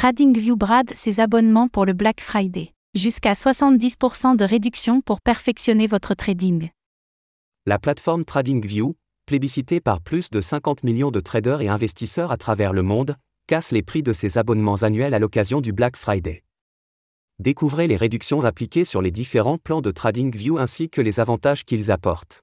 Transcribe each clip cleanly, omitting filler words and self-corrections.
TradingView brade ses abonnements pour le Black Friday. Jusqu'à 70% de réduction pour perfectionner votre trading. La plateforme TradingView, plébiscitée par plus de 50 millions de traders et investisseurs à travers le monde, casse les prix de ses abonnements annuels à l'occasion du Black Friday. Découvrez les réductions appliquées sur les différents plans de TradingView ainsi que les avantages qu'ils apportent.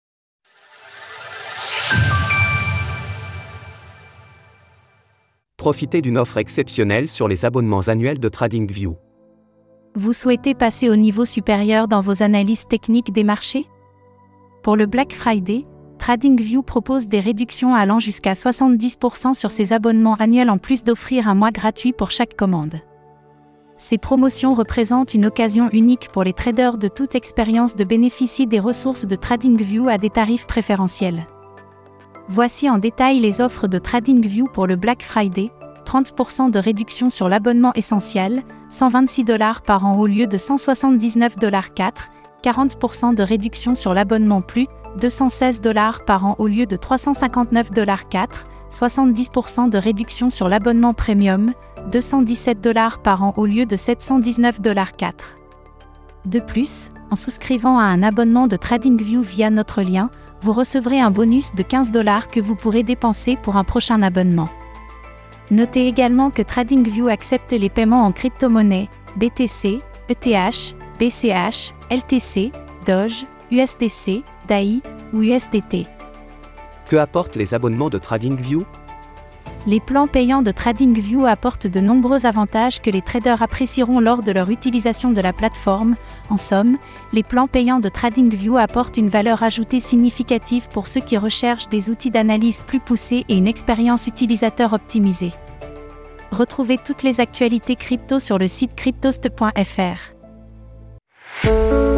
Profitez d'une offre exceptionnelle sur les abonnements annuels de TradingView. Vous souhaitez passer au niveau supérieur dans vos analyses techniques des marchés? Pour le Black Friday, TradingView propose des réductions allant jusqu'à 70% sur ses abonnements annuels en plus d'offrir un mois gratuit pour chaque commande. Ces promotions représentent une occasion unique pour les traders de toute expérience de bénéficier des ressources de TradingView à des tarifs préférentiels. Voici en détail les offres de TradingView pour le Black Friday. 30% de réduction sur l'abonnement essentiel, $126 par an au lieu de $179,04, 40% de réduction sur l'abonnement plus, $216 par an au lieu de $359,04, 70% de réduction sur l'abonnement premium, $217 par an au lieu de $719,04. De plus, en souscrivant à un abonnement de TradingView via notre lien, vous recevrez un bonus de $15 que vous pourrez dépenser pour un prochain abonnement. Notez également que TradingView accepte les paiements en crypto-monnaies, BTC, ETH, BCH, LTC, Doge, USDC, DAI ou USDT. Que apportent les abonnements de TradingView? Les plans payants de TradingView apportent de nombreux avantages que les traders apprécieront lors de leur utilisation de la plateforme. En somme, les plans payants de TradingView apportent une valeur ajoutée significative pour ceux qui recherchent des outils d'analyse plus poussés et une expérience utilisateur optimisée. Retrouvez toutes les actualités crypto sur le site cryptost.fr.